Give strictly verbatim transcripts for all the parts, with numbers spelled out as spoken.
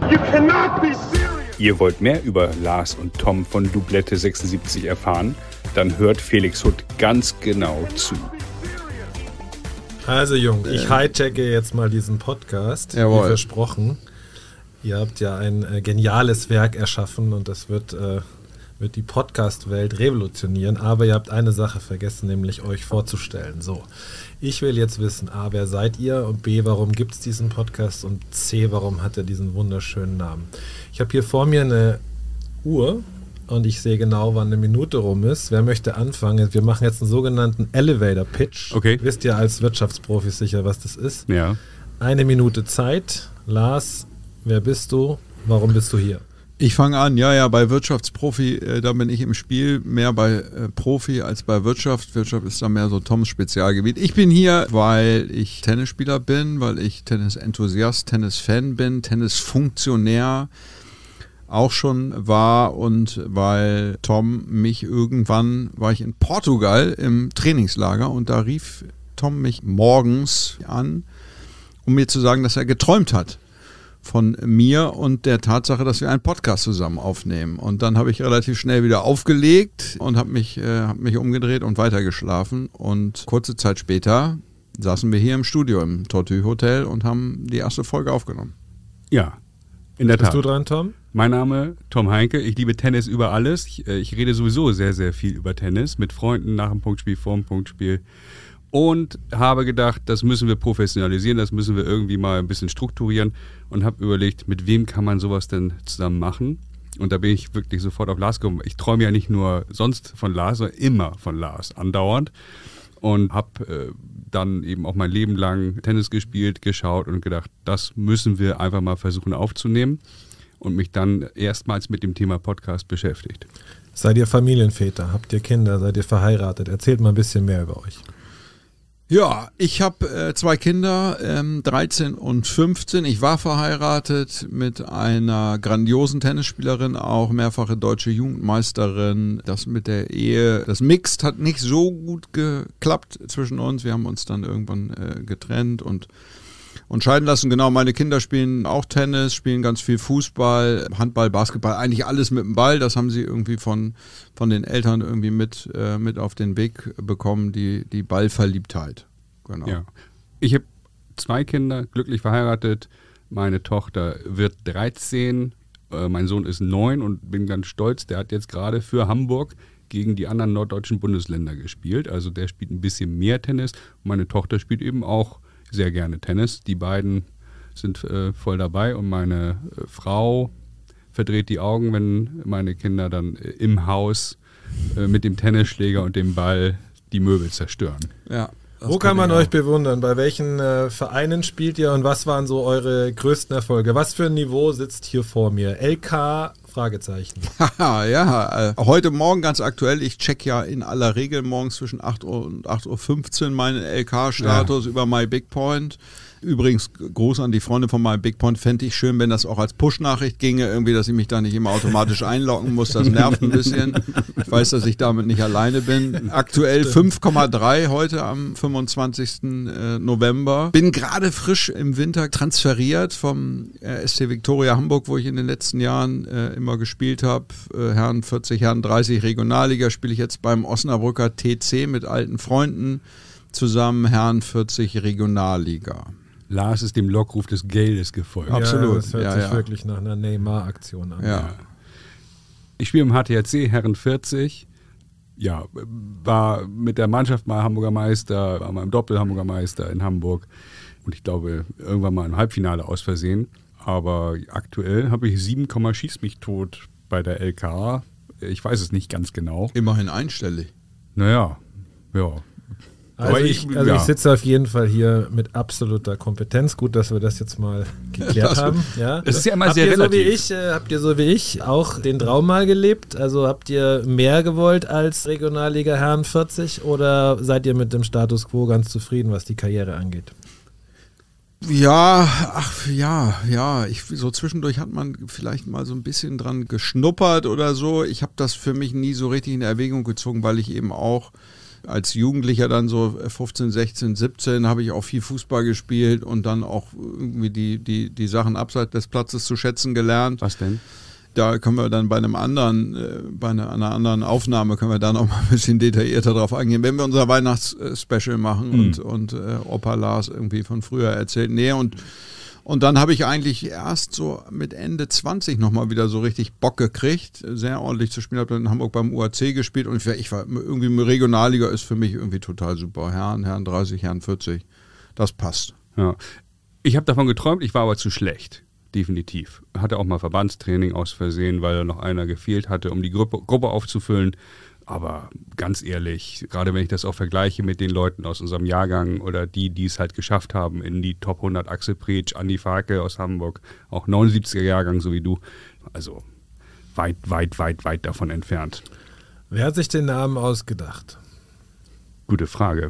You cannot be serious. Ihr wollt mehr über Lars und Tom von Doublette sechsundsiebzig erfahren? Dann hört Felix Hutt ganz genau zu. Also Jungs, ich hijacke jetzt mal diesen Podcast, Jawohl. wie versprochen. Ihr habt ja ein äh, geniales Werk erschaffen und das wird, äh, wird die Podcast-Welt revolutionieren. Aber ihr habt eine Sache vergessen, nämlich euch vorzustellen. So, ich will jetzt wissen, A, wer seid ihr? Und B, warum gibt es diesen Podcast? Und C, warum hat er diesen wunderschönen Namen? Ich habe hier vor mir eine Uhr und ich sehe genau, wann eine Minute rum ist. Wer möchte anfangen? Wir machen jetzt einen sogenannten Elevator-Pitch. Okay. Wisst ihr als Wirtschaftsprofis sicher, was das ist? Ja. Eine Minute Zeit. Lars, wer bist du? Warum bist du hier? Ich fange an, ja, ja, bei Wirtschaftsprofi, äh, da bin ich im Spiel, mehr bei äh, Profi als bei Wirtschaft. Wirtschaft ist da mehr so Toms Spezialgebiet. Ich bin hier, weil ich Tennisspieler bin, weil ich Tennis-Enthusiast, Tennis-Fan bin, Tennis-Funktionär auch schon war und weil Tom mich irgendwann, war ich in Portugal im Trainingslager und da rief Tom mich morgens an, um mir zu sagen, dass er geträumt hat von mir und der Tatsache, dass wir einen Podcast zusammen aufnehmen. Und dann habe ich relativ schnell wieder aufgelegt und habe mich, äh, hab mich umgedreht und weitergeschlafen. Und kurze Zeit später saßen wir hier im Studio im Tortue Hotel und haben die erste Folge aufgenommen. Ja, in der Bist Tat. du dran, Tom? Mein Name Tom Heinke. Ich liebe Tennis über alles. Ich, äh, ich rede sowieso sehr, sehr viel über Tennis mit Freunden nach dem Punktspiel, vor dem Punktspiel. Und habe gedacht, das müssen wir professionalisieren, das müssen wir irgendwie mal ein bisschen strukturieren und habe überlegt, mit wem kann man sowas denn zusammen machen? Und da bin ich wirklich sofort auf Lars gekommen. Ich träume ja nicht nur sonst von Lars, sondern immer von Lars, andauernd. Und habe äh, dann eben auch mein Leben lang Tennis gespielt, geschaut und gedacht, das müssen wir einfach mal versuchen aufzunehmen. Und mich dann erstmals mit dem Thema Podcast beschäftigt. Seid ihr Familienväter? Habt ihr Kinder? Seid ihr verheiratet? Erzählt mal ein bisschen mehr über euch. Ja, ich habe äh, zwei Kinder, ähm, dreizehn und fünfzehn. Ich war verheiratet mit einer grandiosen Tennisspielerin, auch mehrfache deutsche Jugendmeisterin. Das mit der Ehe, das Mixed hat nicht so gut geklappt zwischen uns. Wir haben uns dann irgendwann äh, getrennt und und scheiden lassen. Genau, meine Kinder spielen auch Tennis, spielen ganz viel Fußball, Handball, Basketball, eigentlich alles mit dem Ball. Das haben sie irgendwie von, von den Eltern irgendwie mit, äh, mit auf den Weg bekommen, die, die Ballverliebtheit. Genau. Ja. Ich habe zwei Kinder, glücklich verheiratet. Meine Tochter wird dreizehn, äh, mein Sohn ist neun und bin ganz stolz. Der hat jetzt gerade für Hamburg gegen die anderen norddeutschen Bundesländer gespielt. Also der spielt ein bisschen mehr Tennis. Meine Tochter spielt eben auch sehr gerne Tennis. Die beiden sind äh, voll dabei und meine äh, Frau verdreht die Augen, wenn meine Kinder dann äh, im Haus äh, mit dem Tennisschläger und dem Ball die Möbel zerstören. Ja, Wo kann man euch bewundern? Bei welchen äh, Vereinen spielt ihr und was waren so eure größten Erfolge? Was für ein Niveau sitzt hier vor mir? L K? Fragezeichen. Haha, ja, äh, heute Morgen ganz aktuell, ich check ja in aller Regel morgens zwischen acht Uhr und acht Uhr fünfzehn meinen L K-Status ja. über MyBigPoint. Übrigens, Gruß an die Freunde von MyBigPoint, fände ich schön, wenn das auch als Push-Nachricht ginge, irgendwie, dass ich mich da nicht immer automatisch einloggen muss, das nervt ein bisschen. Ich weiß, dass ich damit nicht alleine bin. Aktuell fünf Komma drei heute am fünfundzwanzigsten November. Bin gerade frisch im Winter transferiert vom S C Viktoria Hamburg, wo ich in den letzten Jahren äh, immer gespielt habe. Äh, Herren vierzig, Herren dreißig Regionalliga spiele ich jetzt beim Osnabrücker T C mit alten Freunden zusammen, Herren vierzig Regionalliga. Lars ist dem Lockruf des Geldes gefolgt. Absolut. Ja, das hört ja, sich ja. wirklich nach einer Neymar-Aktion an. Ja. Ich spiele im H T H C, Herren vierzig. Ja, war mit der Mannschaft mal Hamburger Meister, war mal im Doppel Hamburger Meister in Hamburg. Und ich glaube, irgendwann mal im Halbfinale aus Versehen. Aber aktuell habe ich sieben, schieß mich tot bei der L K. Ich weiß es nicht ganz genau. Immerhin einstellig. Naja, ja. Also, Aber ich, ich- also ja. ich sitze auf jeden Fall hier mit absoluter Kompetenz. Gut, dass wir das jetzt mal geklärt Das- haben. Ja. Es ist ja immer habt sehr ihr so wie relativ. ich, äh, habt ihr so wie ich auch den Traum mal gelebt? Also habt ihr mehr gewollt als Regionalliga Herren vierzig oder seid ihr mit dem Status Quo ganz zufrieden, was die Karriere angeht? Ja, ach ja, ja, ich, so zwischendurch hat man vielleicht mal so ein bisschen dran geschnuppert oder so. Ich habe das für mich nie so richtig in Erwägung gezogen, weil ich eben auch als Jugendlicher dann so fünfzehn, sechzehn, siebzehn habe ich auch viel Fußball gespielt und dann auch irgendwie die, die, die Sachen abseits des Platzes zu schätzen gelernt. Was denn? Da können wir dann bei einem anderen, äh, bei einer, einer anderen Aufnahme können wir da noch mal ein bisschen detaillierter drauf eingehen, wenn wir unser Weihnachtsspecial machen mhm. und, und äh, Opa Lars irgendwie von früher erzählt. Nee, und Und dann habe ich eigentlich erst so mit Ende zwanzig nochmal wieder so richtig Bock gekriegt, sehr ordentlich zu spielen. Habe dann in Hamburg beim U A C gespielt und ich war, ich war irgendwie Regionalliga ist für mich irgendwie total super. Herren, Herren dreißig, Herren vierzig, das passt. Ja. Ich habe davon geträumt, ich war aber zu schlecht, definitiv. Hatte auch mal Verbandstraining aus Versehen, weil da noch einer gefehlt hatte, um die Gruppe, Gruppe aufzufüllen. Aber ganz ehrlich, gerade wenn ich das auch vergleiche mit den Leuten aus unserem Jahrgang oder die, die es halt geschafft haben in die Top hundert, Axel Pretsch, Andi Farke aus Hamburg, auch neunundsiebziger Jahrgang, so wie du, also weit, weit, weit, weit davon entfernt. Wer hat sich den Namen ausgedacht? Gute Frage.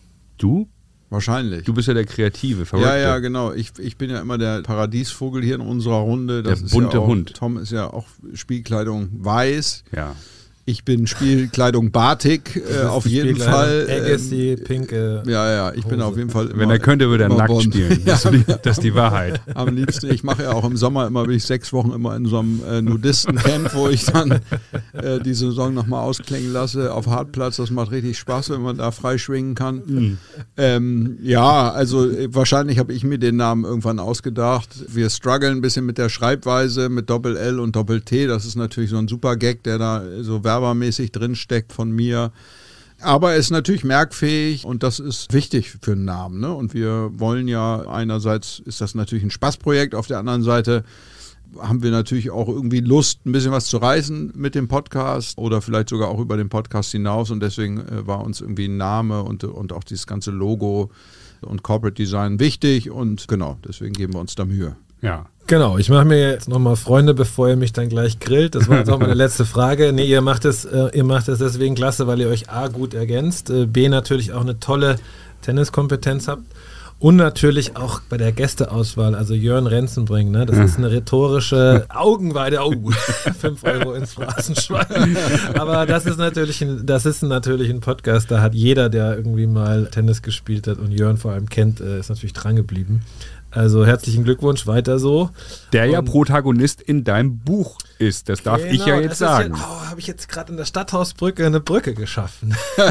Du? Wahrscheinlich. Du bist ja der Kreative, Verrückte. Ja, ja, genau. Ich, ich bin ja immer der Paradiesvogel hier in unserer Runde. Das der ist bunte ja auch, Hund. Tom ist ja auch Spielkleidung weiß. Ja. Ich bin Spielkleidung Batik, äh, auf jeden Fall. Agassi, ähm, pinke Ja, ja, ich bin Hose. auf jeden Fall immer, Wenn er könnte, würde er nackt Bond. spielen. Das, ist die, das ist die Wahrheit. Am liebsten, ich mache ja auch im Sommer immer, bin ich sechs Wochen immer in so einem äh, Nudistencamp, wo ich dann äh, die Saison nochmal ausklingen lasse auf Hartplatz. Das macht richtig Spaß, wenn man da frei schwingen kann. Mhm. Ähm, ja, also äh, wahrscheinlich habe ich mir den Namen irgendwann ausgedacht. Wir strugglen ein bisschen mit der Schreibweise, mit Doppel-L und Doppel-T. Das ist natürlich so ein super Gag, der da so werbermäßig drin steckt von mir. Aber er ist natürlich merkfähig und das ist wichtig für einen Namen. Ne? Und wir wollen ja, einerseits ist das natürlich ein Spaßprojekt, auf der anderen Seite haben wir natürlich auch irgendwie Lust, ein bisschen was zu reißen mit dem Podcast oder vielleicht sogar auch über den Podcast hinaus. Und deswegen äh, war uns irgendwie ein Name und, und auch dieses ganze Logo und Corporate Design wichtig. Und genau, deswegen geben wir uns da Mühe. Ja. Genau, ich mache mir jetzt nochmal Freunde, bevor ihr mich dann gleich grillt. Das war jetzt auch meine letzte Frage. Nee, ihr macht es, äh, ihr macht es deswegen klasse, weil ihr euch A gut ergänzt, äh, B natürlich auch eine tolle Tenniskompetenz habt und natürlich auch bei der Gästeauswahl, also Jörn Renzenbrink, ne, das ist eine rhetorische Augenweide, oh, fünf Euro ins Phrasenschwein. Aber das ist natürlich ein, das ist natürlich ein Podcast, da hat jeder, der irgendwie mal Tennis gespielt hat und Jörn vor allem kennt, äh, ist natürlich dran geblieben. Also herzlichen Glückwunsch, weiter so. Der ja und Protagonist in deinem Buch ist, das darf genau, ich ja jetzt sagen. Ja, oh, habe ich jetzt gerade in der Stadthausbrücke eine Brücke geschaffen.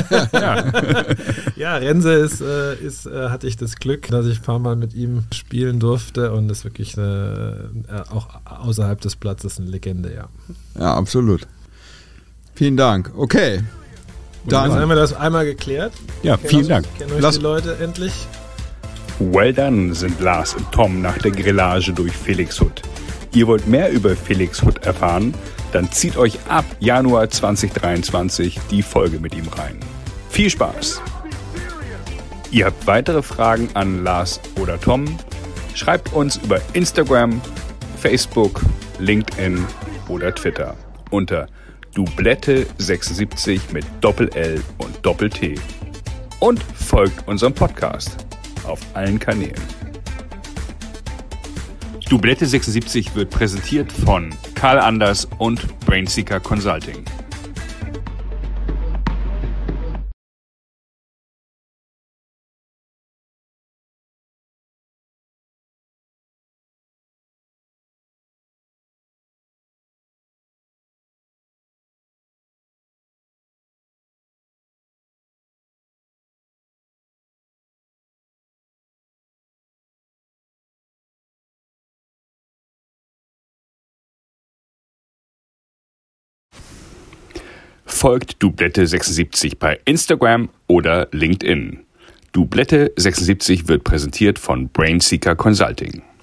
ja. ja, Renze ist, äh, ist äh, hatte ich das Glück, dass ich ein paar Mal mit ihm spielen durfte und ist wirklich eine, äh, auch außerhalb des Platzes eine Legende, ja. Ja, absolut. Vielen Dank. Okay. Dann haben wir das einmal geklärt. Ja, Kennen vielen euch, Dank. Kennen euch Lass die Leute endlich? Well done sind Lars und Tom nach der Grillage durch Felixhood. Ihr wollt mehr über Felixhood erfahren? Dann zieht euch ab Januar zwanzig dreiundzwanzig die Folge mit ihm rein. Viel Spaß! Ihr habt weitere Fragen an Lars oder Tom? Schreibt uns über Instagram, Facebook, LinkedIn oder Twitter unter Dublette sechsundsiebzig mit Doppel-L und Doppel-T. Und folgt unserem Podcast auf allen Kanälen. Dublette sechsundsiebzig wird präsentiert von Karl Anders und Brainseeker Consulting. Folgt Dublette sechsundsiebzig bei Instagram oder LinkedIn. Dublette sechsundsiebzig wird präsentiert von Brainseeker Consulting.